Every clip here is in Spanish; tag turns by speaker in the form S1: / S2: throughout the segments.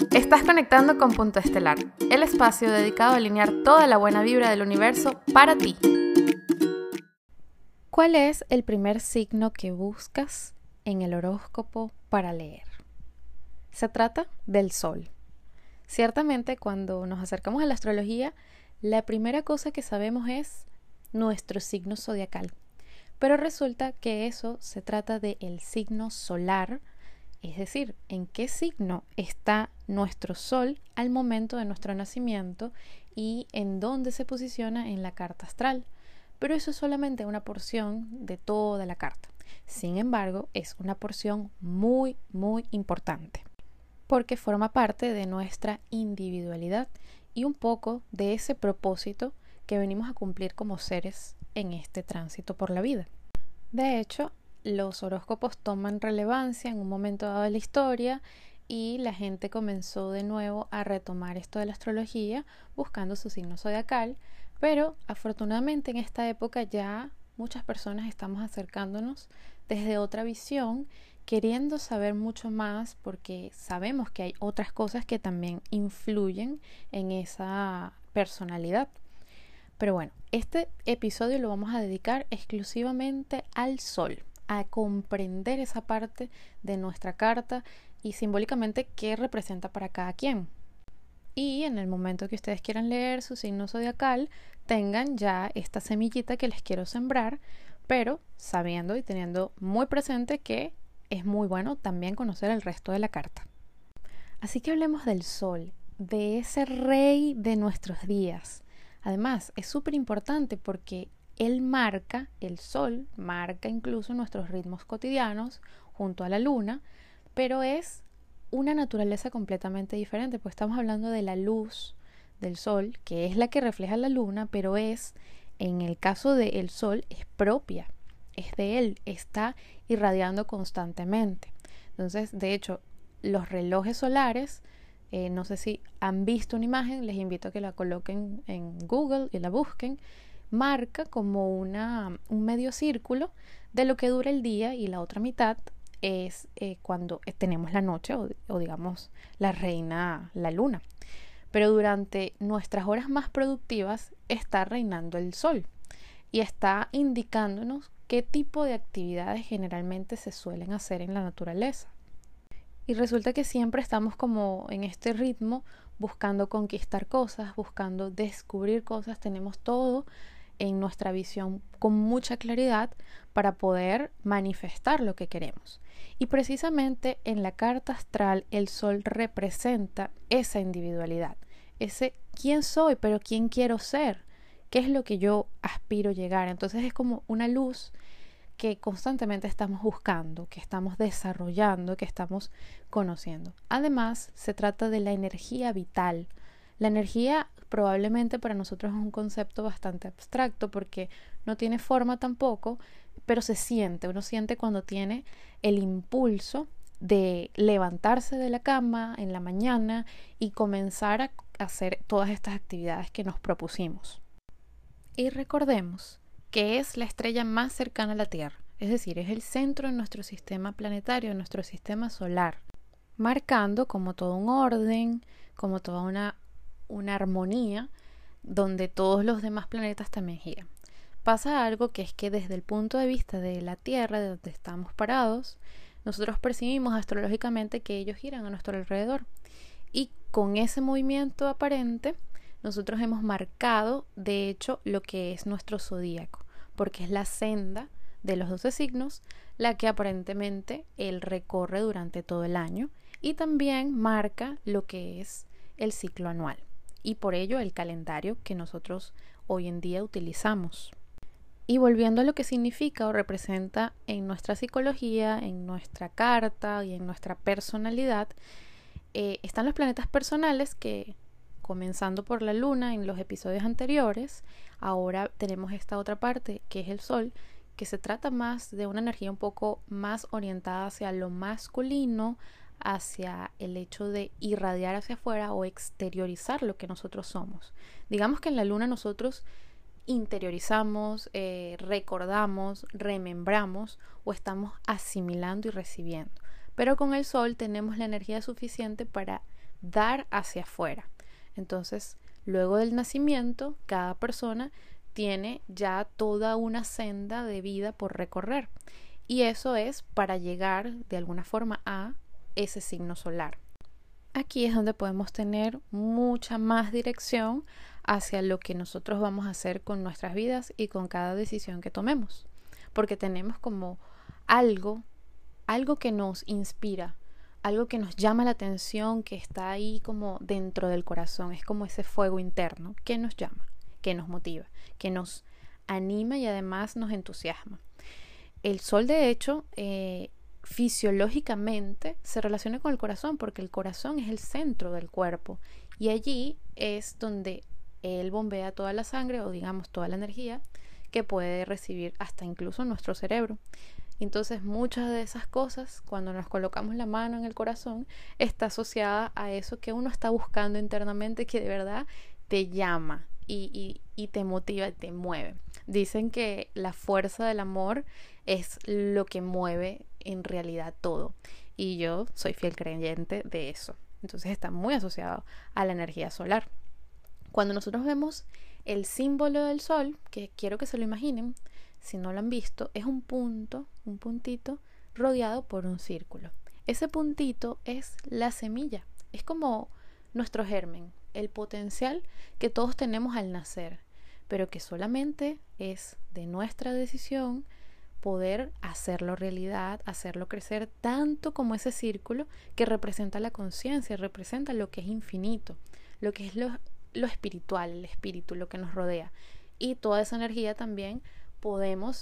S1: Estás conectando con Punto Estelar, el espacio dedicado a alinear toda la buena vibra del universo para ti. ¿Cuál es el primer signo que buscas en el horóscopo para leer? Se trata del Sol. Ciertamente, cuando nos acercamos a la astrología, la primera cosa que sabemos es nuestro signo zodiacal. Pero resulta que eso se trata del signo solar, es decir, en qué signo está nuestro Sol al momento de nuestro nacimiento y en dónde se posiciona en la carta astral. Pero eso es solamente una porción de toda la carta. Sin embargo, es una porción muy importante, porque forma parte de nuestra individualidad y un poco de ese propósito que venimos a cumplir como seres en este tránsito por la vida. De hecho, los horóscopos toman relevancia en un momento dado de la historia y la gente comenzó de nuevo a retomar esto de la astrología buscando su signo zodiacal, pero afortunadamente en esta época ya muchas personas estamos acercándonos desde otra visión, queriendo saber mucho más porque sabemos que hay otras cosas que también influyen en esa personalidad. Pero bueno, este episodio lo vamos a dedicar exclusivamente al Sol, a comprender esa parte de nuestra carta y simbólicamente qué representa para cada quien. Y en el momento que ustedes quieran leer su signo zodiacal, tengan ya esta semillita que les quiero sembrar, pero sabiendo y teniendo muy presente que es muy bueno también conocer el resto de la carta. Así que hablemos del Sol, de ese rey de nuestros días. Además, es súper importante porque él marca, el Sol marca incluso nuestros ritmos cotidianos junto a la Luna, pero es una naturaleza completamente diferente, pues estamos hablando de la luz del Sol, que es la que refleja la Luna, pero en el caso del Sol, es propia, es de él, está irradiando constantemente. Entonces, de hecho, los relojes solares, no sé si han visto una imagen, les invito a que la coloquen en Google y la busquen, marca como un medio círculo de lo que dura el día y la otra mitad es cuando tenemos la noche o digamos la reina la luna. Pero durante nuestras horas más productivas está reinando el Sol y está indicándonos qué tipo de actividades generalmente se suelen hacer en la naturaleza. Y resulta que siempre estamos como en este ritmo buscando conquistar cosas, buscando descubrir cosas, tenemos todo en nuestra visión con mucha claridad para poder manifestar lo que queremos. Y precisamente en la carta astral el Sol representa esa individualidad, ese quién soy, pero quién quiero ser, qué es lo que yo aspiro llegar. Entonces es como una luz que constantemente estamos buscando, que estamos desarrollando, que estamos conociendo. Además, se trata de la energía vital. La energía probablemente para nosotros es un concepto bastante abstracto porque no tiene forma tampoco, pero se siente, uno siente cuando tiene el impulso de levantarse de la cama en la mañana y comenzar a hacer todas estas actividades que nos propusimos. Y recordemos que es la estrella más cercana a la Tierra, es decir, es el centro de nuestro sistema planetario, de nuestro sistema solar, marcando como todo un orden, como toda una armonía, donde todos los demás planetas también giran. Pasa algo que es que desde el punto de vista de la Tierra, de donde estamos parados, nosotros percibimos astrológicamente que ellos giran a nuestro alrededor. Y con ese movimiento aparente, nosotros hemos marcado, de hecho, lo que es nuestro zodíaco, porque es la senda de los 12 signos, la que aparentemente él recorre durante todo el año y también marca lo que es el ciclo anual y por ello el calendario que nosotros hoy en día utilizamos. Y volviendo a lo que significa o representa en nuestra psicología, en nuestra carta y en nuestra personalidad, están los planetas personales que, comenzando por la Luna en los episodios anteriores, ahora tenemos esta otra parte que es el Sol, que se trata más de una energía un poco más orientada hacia lo masculino, hacia el hecho de irradiar hacia afuera o exteriorizar lo que nosotros somos. Digamos que en la Luna nosotros interiorizamos, recordamos, remembramos o estamos asimilando y recibiendo. Pero con el Sol tenemos la energía suficiente para dar hacia afuera. Entonces, luego del nacimiento, cada persona tiene ya toda una senda de vida por recorrer. Y eso es para llegar de alguna forma a ese signo solar. Aquí es donde podemos tener mucha más dirección hacia lo que nosotros vamos a hacer con nuestras vidas y con cada decisión que tomemos. Porque tenemos como algo que nos inspira, algo que nos llama la atención, que está ahí como dentro del corazón. Es como ese fuego interno que nos llama, que nos motiva, que nos anima y además nos entusiasma. El sol, de hecho, fisiológicamente se relaciona con el corazón, porque el corazón es el centro del cuerpo y allí es donde él bombea toda la sangre, o digamos toda la energía que puede recibir hasta incluso nuestro cerebro. Entonces, muchas de esas cosas, cuando nos colocamos la mano en el corazón, está asociada a eso que uno está buscando internamente, que de verdad te llama y te motiva y te mueve. Dicen que la fuerza del amor es lo que mueve en realidad todo, y yo soy fiel creyente de eso. Entonces está muy asociado a la energía solar. Cuando nosotros vemos el símbolo del sol, que quiero que se lo imaginen, si no lo han visto, es un puntito rodeado por un círculo. Ese puntito es la semilla, es como nuestro germen, el potencial que todos tenemos al nacer, pero que solamente es de nuestra decisión poder hacerlo realidad, hacerlo crecer tanto como ese círculo que representa la conciencia, representa lo que es infinito, lo que es lo espiritual, el espíritu, lo que nos rodea. Y toda esa energía también podemos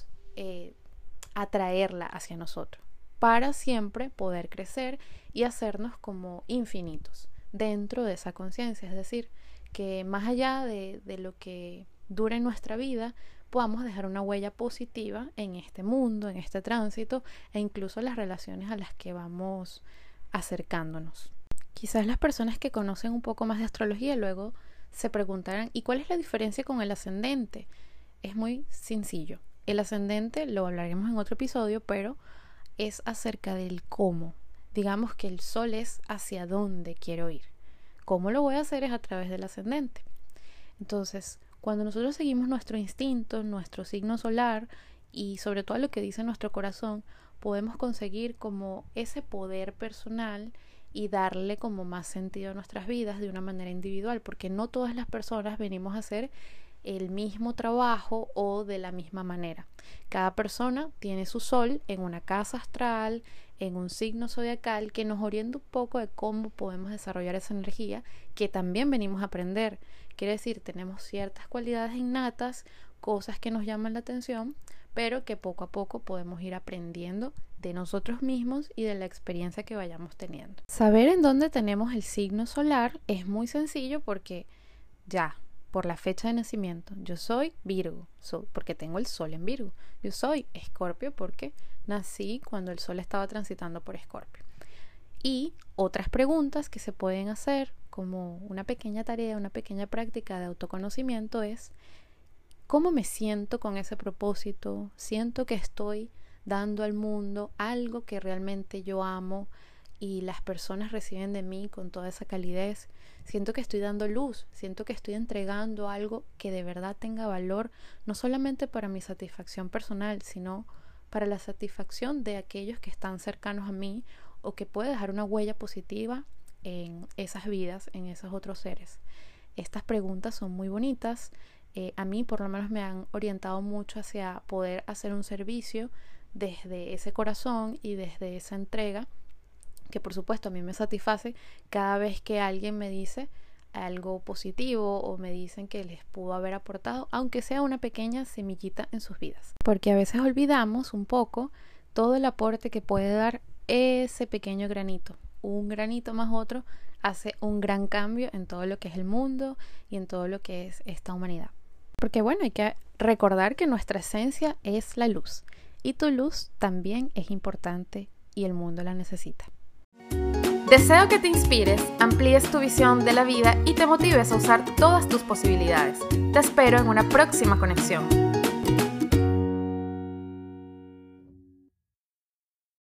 S1: atraerla hacia nosotros para siempre poder crecer y hacernos como infinitos dentro de esa conciencia. Es decir, que más allá de lo que dure nuestra vida, podamos dejar una huella positiva en este mundo, en este tránsito, e incluso las relaciones a las que vamos acercándonos. Quizás las personas que conocen un poco más de astrología luego se preguntarán: ¿y cuál es la diferencia con el ascendente? Es muy sencillo. El ascendente lo hablaremos en otro episodio, pero es acerca del cómo. Digamos que el sol es hacia dónde quiero ir. ¿Cómo lo voy a hacer? Es a través del ascendente. Entonces, cuando nosotros seguimos nuestro instinto, nuestro signo solar y sobre todo lo que dice nuestro corazón, podemos conseguir como ese poder personal y darle como más sentido a nuestras vidas de una manera individual, porque no todas las personas venimos a hacer el mismo trabajo o de la misma manera. Cada persona tiene su sol en una casa astral, en un signo zodiacal que nos orienta un poco de cómo podemos desarrollar esa energía que también venimos a aprender. Quiere decir, tenemos ciertas cualidades innatas, cosas que nos llaman la atención, pero que poco a poco podemos ir aprendiendo de nosotros mismos y de la experiencia que vayamos teniendo. Saber en dónde tenemos el signo solar es muy sencillo porque ya, por la fecha de nacimiento, yo soy Virgo, porque tengo el sol en Virgo. Yo soy Escorpio porque nací cuando el sol estaba transitando por Escorpio. Y otras preguntas que se pueden hacer como una pequeña tarea, una pequeña práctica de autoconocimiento es: ¿cómo me siento con ese propósito? ¿Siento que estoy dando al mundo algo que realmente yo amo y las personas reciben de mí con toda esa calidez? Siento que estoy dando luz, siento que estoy entregando algo que de verdad tenga valor, no solamente para mi satisfacción personal, sino para la satisfacción de aquellos que están cercanos a mí o que puede dejar una huella positiva en esas vidas, en esos otros seres. Estas preguntas son muy bonitas. A mí por lo menos me han orientado mucho hacia poder hacer un servicio desde ese corazón y desde esa entrega, que por supuesto a mí me satisface cada vez que alguien me dice algo positivo o me dicen que les pudo haber aportado, aunque sea una pequeña semillita en sus vidas. Porque a veces olvidamos un poco todo el aporte que puede dar ese pequeño granito. Un granito más otro hace un gran cambio en todo lo que es el mundo y en todo lo que es esta humanidad. Porque bueno, hay que recordar que nuestra esencia es la luz y tu luz también es importante y el mundo la necesita. Deseo que te inspires, amplíes tu visión de la vida y te motives a usar todas tus posibilidades. Te espero en una próxima conexión.